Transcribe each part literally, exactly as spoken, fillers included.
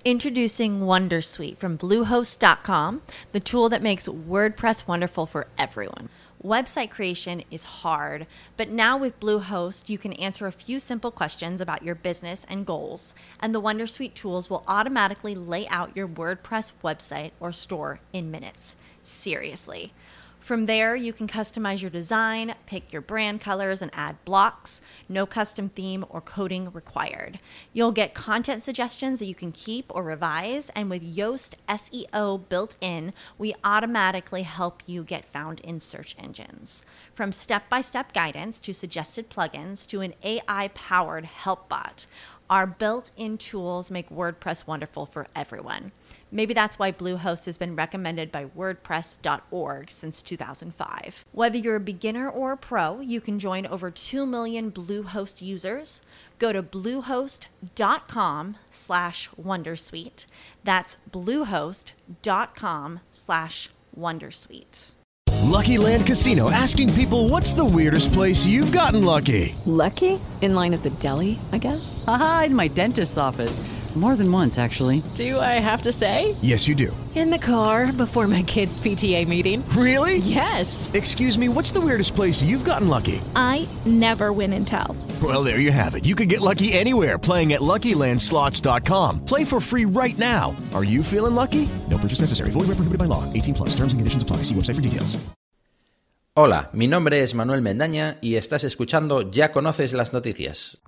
Introducing Wondersuite from Bluehost dot com, the tool that makes WordPress wonderful for everyone. Website creation is hard, but now with Bluehost, you can answer a few simple questions about your business and goals, and the Wondersuite tools will automatically lay out your WordPress website or store in minutes. Seriously. From there, you can customize your design, pick your brand colors, and add blocks. No custom theme or coding required. You'll get content suggestions that you can keep or revise, and with Yoast S E O built in, we automatically help you get found in search engines. From step-by-step guidance to suggested plugins to an A I-powered help bot, our built-in tools make WordPress wonderful for everyone. Maybe that's why Bluehost has been recommended by WordPress dot org since two thousand five. Whether you're a beginner or a pro, you can join over two million Bluehost users. Go to bluehost dot com slash wondersuite. That's bluehost dot com slash wondersuite. Lucky Land Casino, asking people, what's the weirdest place you've gotten lucky? Lucky? In line at the deli, I guess? Aha, in my dentist's office. More than once, actually. Do I have to say? Yes, you do. In the car before my kids' P T A meeting. Really? Yes. Excuse me, what's the weirdest place you've gotten lucky? I never win and tell. Well, there you have it. You can get lucky anywhere, playing at Lucky Land Slots dot com. Play for free right now. Are you feeling lucky? No purchase necessary. Void where prohibited by law. eighteen plus. Terms and conditions apply. See website for details. Hola, mi nombre es Manuel Mendaña y estás escuchando Ya Conoces las Noticias.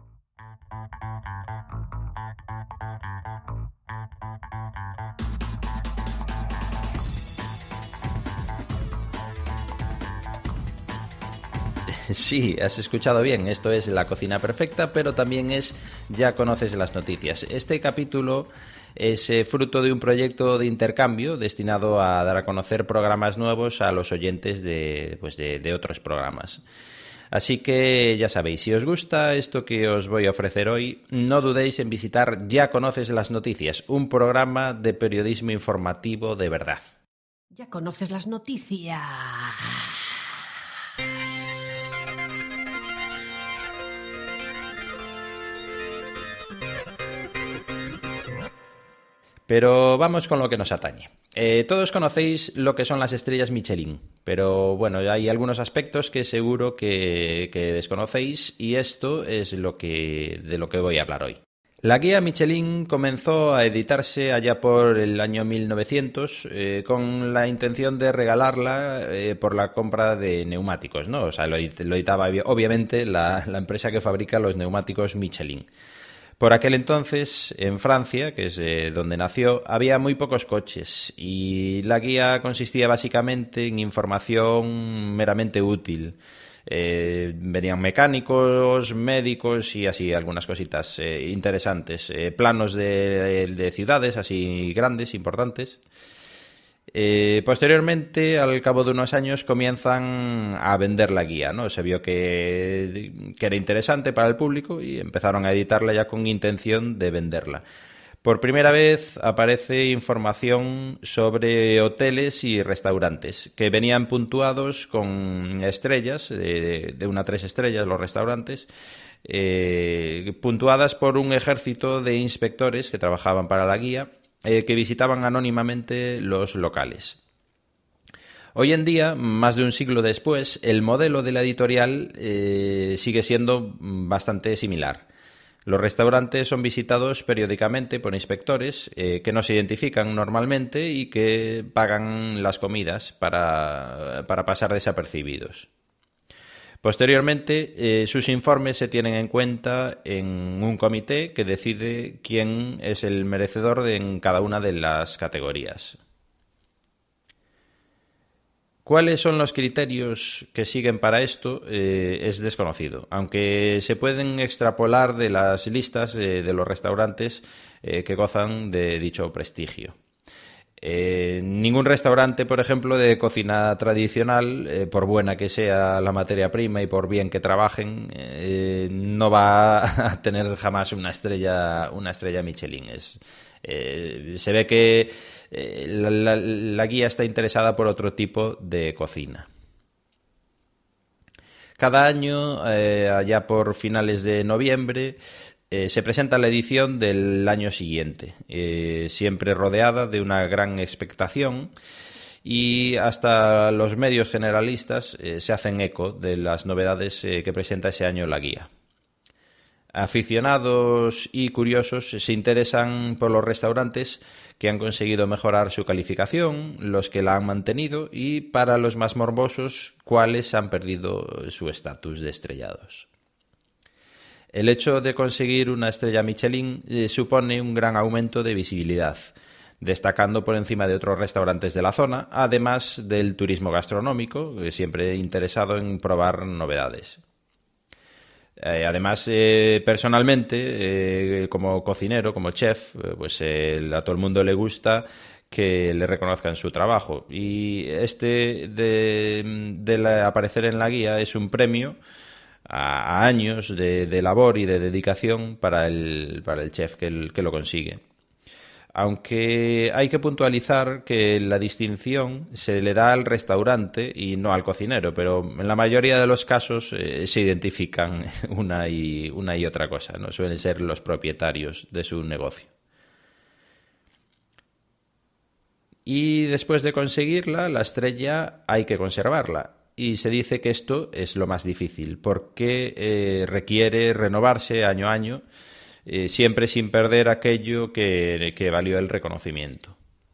Sí, has escuchado bien, esto es La Cocina Perfecta, pero también es Ya Conoces las Noticias. Este capítulo es eh, fruto de un proyecto de intercambio destinado a dar a conocer programas nuevos a los oyentes de, pues de, de otros programas. Así que ya sabéis, si os gusta esto que os voy a ofrecer hoy, no dudéis en visitar Ya Conoces las Noticias, un programa de periodismo informativo de verdad. Ya conoces las noticias. Pero vamos con lo que nos atañe. Eh, todos conocéis lo que son las estrellas Michelin, pero bueno, hay algunos aspectos que seguro que, que desconocéis y esto es lo que, de lo que voy a hablar hoy. La guía Michelin comenzó a editarse allá por el año mil novecientos eh, con la intención de regalarla eh, por la compra de neumáticos, ¿no? O sea, lo, lo editaba obviamente la, la empresa que fabrica los neumáticos Michelin. Por aquel entonces, en Francia, que es eh, donde nació, había muy pocos coches y la guía consistía básicamente en información meramente útil. Eh, venían mecánicos, médicos y así algunas cositas eh, interesantes. Eh, planos de, de ciudades así grandes, importantes. Eh, posteriormente, al cabo de unos años, comienzan a vender la guía, ¿no? Se vio que, que era interesante para el público y empezaron a editarla ya con intención de venderla. Por primera vez aparece información sobre hoteles y restaurantes que venían puntuados con estrellas, de, de una a tres estrellas los restaurantes, eh, puntuadas por un ejército de inspectores que trabajaban para la guía, Eh, que visitaban anónimamente los locales. Hoy en día, más de un siglo después, el modelo de la editorial eh, sigue siendo bastante similar. Los restaurantes son visitados periódicamente por inspectores eh, que no se identifican normalmente y que pagan las comidas para, para pasar desapercibidos. Posteriormente, eh, sus informes se tienen en cuenta en un comité que decide quién es el merecedor de, en cada una de las categorías. ¿Cuáles son los criterios que siguen para esto? Eh, es desconocido, aunque se pueden extrapolar de las listas eh, de los restaurantes eh, que gozan de dicho prestigio. Eh, ningún restaurante, por ejemplo, de cocina tradicional, eh, por buena que sea la materia prima y por bien que trabajen, eh, no va a tener jamás una estrella, una estrella Michelin. Es, eh, se ve que eh, la, la, la guía está interesada por otro tipo de cocina. Cada año, eh, allá por finales de noviembre, Eh, se presenta la edición del año siguiente, eh, siempre rodeada de una gran expectación, y hasta los medios generalistas eh, se hacen eco de las novedades eh, que presenta ese año la guía. Aficionados y curiosos se interesan por los restaurantes que han conseguido mejorar su calificación, los que la han mantenido, y para los más morbosos, cuáles han perdido su estatus de estrellados. El hecho de conseguir una estrella Michelin eh, supone un gran aumento de visibilidad, destacando por encima de otros restaurantes de la zona, además del turismo gastronómico, que siempre interesado en probar novedades. Eh, además, eh, personalmente, eh, como cocinero, como chef, eh, pues eh, a todo el mundo le gusta que le reconozcan su trabajo. Y este de, de la, aparecer en la guía es un premio a, a años de, de labor y de dedicación para el, para el chef que, el, que lo consigue. Aunque hay que puntualizar que la distinción se le da al restaurante y no al cocinero, pero en la mayoría de los casos eh, se identifican una y, una y otra cosa, ¿no? Suelen ser los propietarios de su negocio. Y después de conseguirla, la estrella hay que conservarla. Y se dice que esto es lo más difícil, porque eh, requiere renovarse año a año, Eh, siempre sin perder aquello que, que valió el reconocimiento.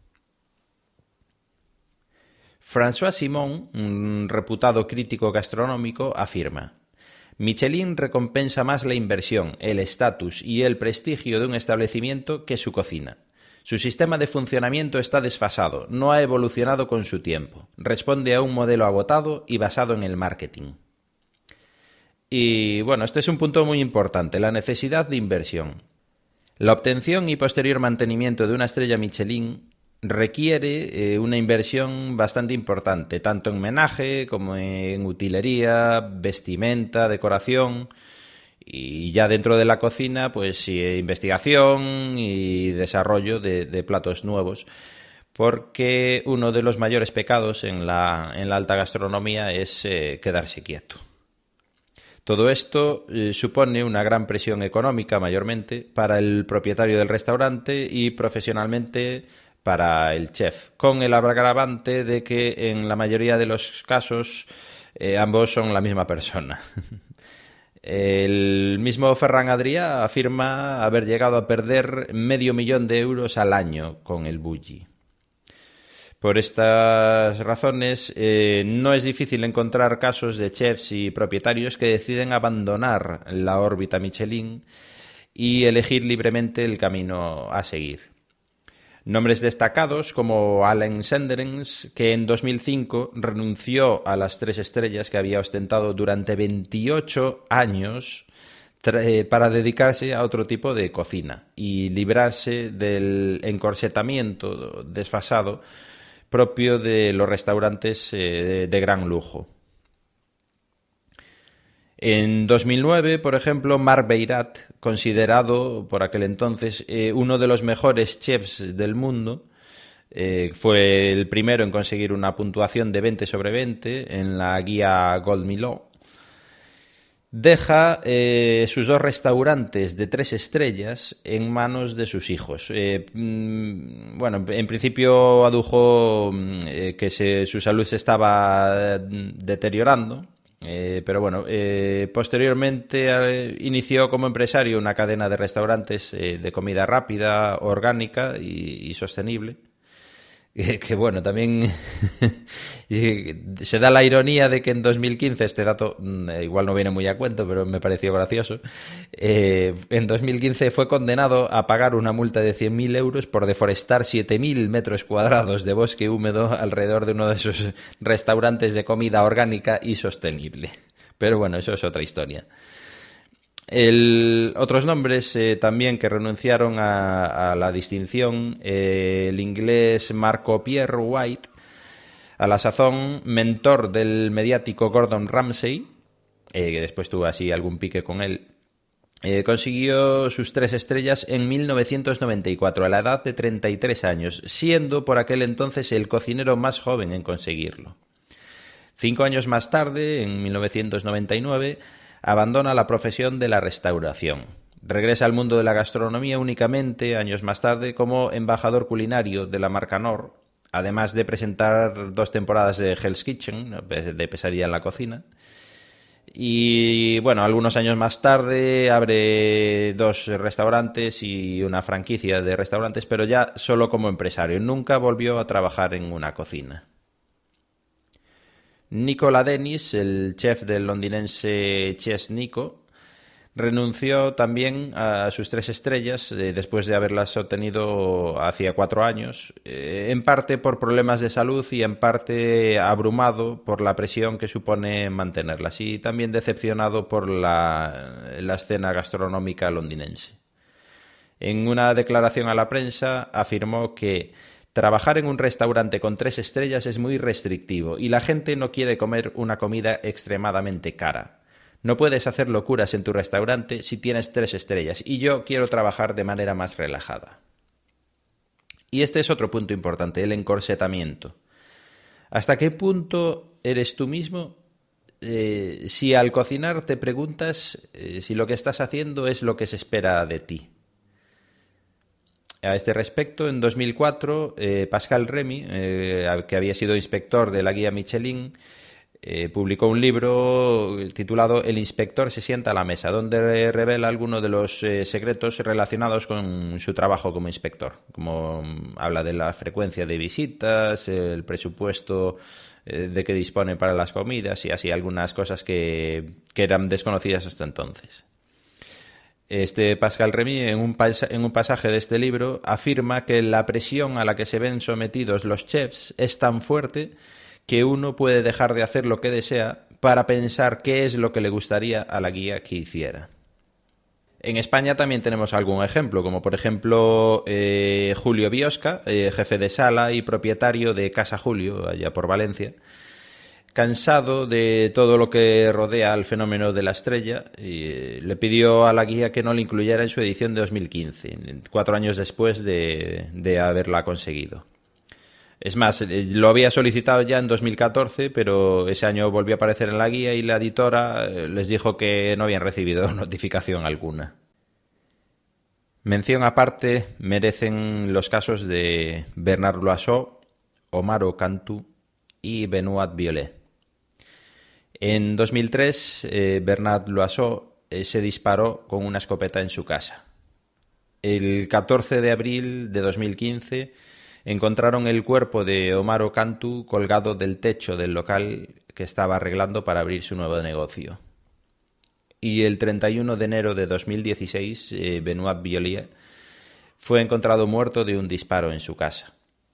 François Simon, un reputado crítico gastronómico, afirma: Michelin recompensa más la inversión, el estatus y el prestigio de un establecimiento que su cocina. Su sistema de funcionamiento está desfasado, no ha evolucionado con su tiempo, responde a un modelo agotado y basado en el marketing. Y bueno, este es un punto muy importante, la necesidad de inversión. La obtención y posterior mantenimiento de una estrella Michelin requiere eh, una inversión bastante importante, tanto en menaje como en utilería, vestimenta, decoración, y ya dentro de la cocina, pues sí, investigación y desarrollo de, de platos nuevos, porque uno de los mayores pecados en la, en la alta gastronomía es eh, quedarse quieto. Todo esto eh, supone una gran presión económica mayormente para el propietario del restaurante y profesionalmente para el chef, con el agravante de que en la mayoría de los casos eh, ambos son la misma persona. El mismo Ferran Adrià afirma haber llegado a perder medio millón de euros al año con el Bulli. Por estas razones, eh, no es difícil encontrar casos de chefs y propietarios que deciden abandonar la órbita Michelin y elegir libremente el camino a seguir. Nombres destacados como Alain Senderens, que en dos mil cinco renunció a las tres estrellas que había ostentado durante veintiocho años para dedicarse a otro tipo de cocina y librarse del encorsetamiento desfasado propio de los restaurantes eh, de, de gran lujo. En dos mil nueve, por ejemplo, Marc Beyrat, considerado por aquel entonces eh, uno de los mejores chefs del mundo, eh, fue el primero en conseguir una puntuación de veinte sobre veinte en la guía Gold Milot. Deja eh, sus dos restaurantes de tres estrellas en manos de sus hijos. Eh, mm, bueno, en principio adujo eh, que se, su salud se estaba deteriorando, eh, pero bueno, eh, posteriormente eh, inició como empresario una cadena de restaurantes eh, de comida rápida, orgánica y, y sostenible. Que, que bueno, también se da la ironía de que en dos mil quince, este dato igual no viene muy a cuento, pero me pareció gracioso, eh, en dos mil quince fue condenado a pagar una multa de cien mil euros por deforestar siete mil metros cuadrados de bosque húmedo alrededor de uno de sus restaurantes de comida orgánica y sostenible. Pero bueno, eso es otra historia. El, otros nombres eh, también que renunciaron a, a la distinción, eh, el inglés Marco Pierre White, a la sazón mentor del mediático Gordon Ramsay, eh, que después tuvo así algún pique con él, eh, consiguió sus tres estrellas en mil novecientos noventa y cuatro, a la edad de treinta y tres años, siendo por aquel entonces el cocinero más joven en conseguirlo. Cinco años más tarde, en mil novecientos noventa y nueve, abandona la profesión de la restauración, Regresa al mundo de la gastronomía únicamente años más tarde como embajador culinario de la marca Knorr, además de presentar dos temporadas de Hell's Kitchen, de Pesadilla en la cocina. Y bueno, algunos años más tarde abre dos restaurantes y una franquicia de restaurantes, pero ya solo como empresario. Nunca volvió a trabajar en una cocina. Nicola Dennis, el chef del londinense Chess Nico, renunció también a sus tres estrellas eh, después de haberlas obtenido hacía cuatro años, eh, en parte por problemas de salud y en parte abrumado por la presión que supone mantenerlas, y también decepcionado por la, la escena gastronómica londinense. En una declaración a la prensa afirmó que trabajar en un restaurante con tres estrellas es muy restrictivo y la gente no quiere comer una comida extremadamente cara. No puedes hacer locuras en tu restaurante si tienes tres estrellas y yo quiero trabajar de manera más relajada. Y este es otro punto importante, el encorsetamiento. ¿Hasta qué punto eres tú mismo? Eh, si al cocinar te preguntas eh, si lo que estás haciendo es lo que se espera de ti. A este respecto, en dos mil cuatro, eh, Pascal Remy, eh, que había sido inspector de la guía Michelin, Eh, publicó un libro titulado El inspector se sienta a la mesa, donde revela algunos de los eh, secretos relacionados con su trabajo como inspector, como um, habla de la frecuencia de visitas, el presupuesto eh, de que dispone para las comidas y así algunas cosas que, que eran desconocidas hasta entonces. Este Pascal Remy, en un, pas- en un pasaje de este libro, afirma que la presión a la que se ven sometidos los chefs es tan fuerte que uno puede dejar de hacer lo que desea para pensar qué es lo que le gustaría a la guía que hiciera. En España también tenemos algún ejemplo, como por ejemplo eh, Julio Biosca, eh, jefe de sala y propietario de Casa Julio, allá por Valencia, cansado de todo lo que rodea al fenómeno de la estrella, eh, le pidió a la guía que no le incluyera en su edición de dos mil quince, cuatro años después de, de haberla conseguido. Es más, lo había solicitado ya en dos mil catorce, pero ese año volvió a aparecer en la guía y la editora les dijo que no habían recibido notificación alguna. Mención aparte merecen los casos de Bernard Loiseau, Omaro Cantu y Benoît Violet. En dos mil tres, eh, Bernard Loiseau eh, se disparó con una escopeta en su casa. El catorce de abril de dos mil quince encontraron el cuerpo de Omaro Cantu colgado del techo del local que estaba arreglando para abrir su nuevo negocio. Y el treinta y uno de enero de dos mil dieciséis, eh, Benoît Violet fue encontrado muerto de un disparo en su casa.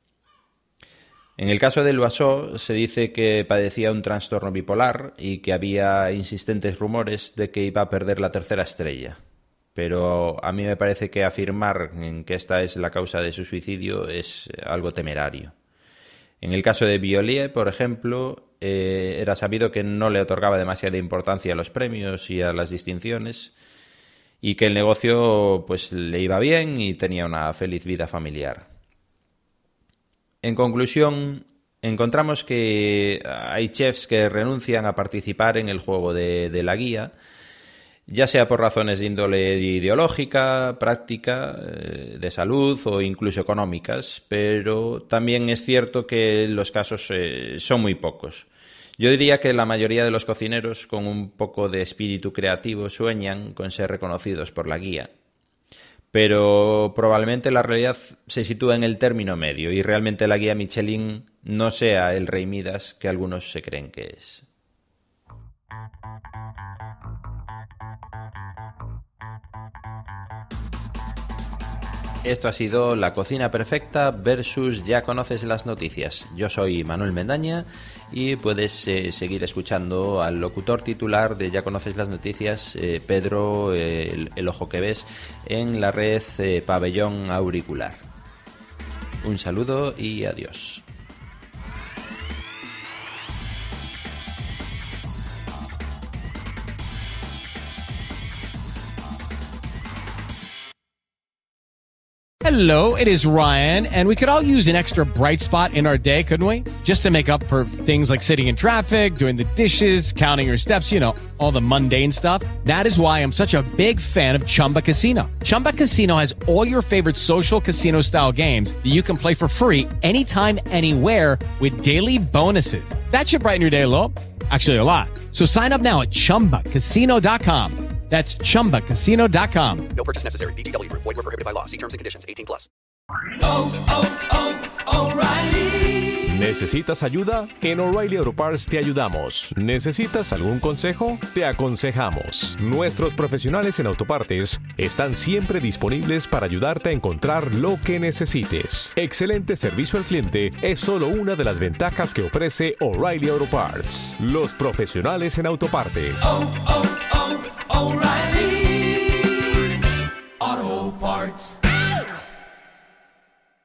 En el caso de Loiseau se dice que padecía un trastorno bipolar y que había insistentes rumores de que iba a perder la tercera estrella. Pero a mí me parece que afirmar que esta es la causa de su suicidio es algo temerario. En el caso de Violet, por ejemplo, eh, era sabido que no le otorgaba demasiada importancia a los premios y a las distinciones y que el negocio pues le iba bien y tenía una feliz vida familiar. En conclusión, encontramos que hay chefs que renuncian a participar en el juego de, de la guía, ya sea por razones de índole ideológica, práctica, de salud o incluso económicas, pero también es cierto que los casos eh, son muy pocos. Yo diría que la mayoría de los cocineros con un poco de espíritu creativo sueñan con ser reconocidos por la guía, pero probablemente la realidad se sitúa en el término medio y realmente la guía Michelin no sea el rey Midas que algunos se creen que es. Esto ha sido La Cocina Perfecta versus Ya Conoces las Noticias. Yo soy Manuel Mendaña y puedes eh, seguir escuchando al locutor titular de Ya Conoces las Noticias, eh, Pedro, eh, el, el Ojo que Ves, en la red eh, Pabellón Auricular. Un saludo y adiós. Hello, it is Ryan, and we could all use an extra bright spot in our day, couldn't we? Just to make up for things like sitting in traffic, doing the dishes, counting your steps, you know, all the mundane stuff. That is why I'm such a big fan of Chumba Casino. Chumba Casino has all your favorite social casino-style games that you can play for free anytime, anywhere with daily bonuses. That should brighten your day a little. Actually, a lot. So sign up now at chumba casino dot com. That's chumba casino dot com. No purchase necessary. V G W Group. Void where prohibited by law. See terms and conditions. eighteen plus. Oh, oh, oh, O'Reilly. ¿Necesitas ayuda? En O'Reilly Auto Parts te ayudamos. ¿Necesitas algún consejo? Te aconsejamos. Nuestros profesionales en autopartes están siempre disponibles para ayudarte a encontrar lo que necesites. Excelente servicio al cliente es solo una de las ventajas que ofrece O'Reilly Auto Parts. Los profesionales en autopartes. Oh, oh, oh, O'Reilly.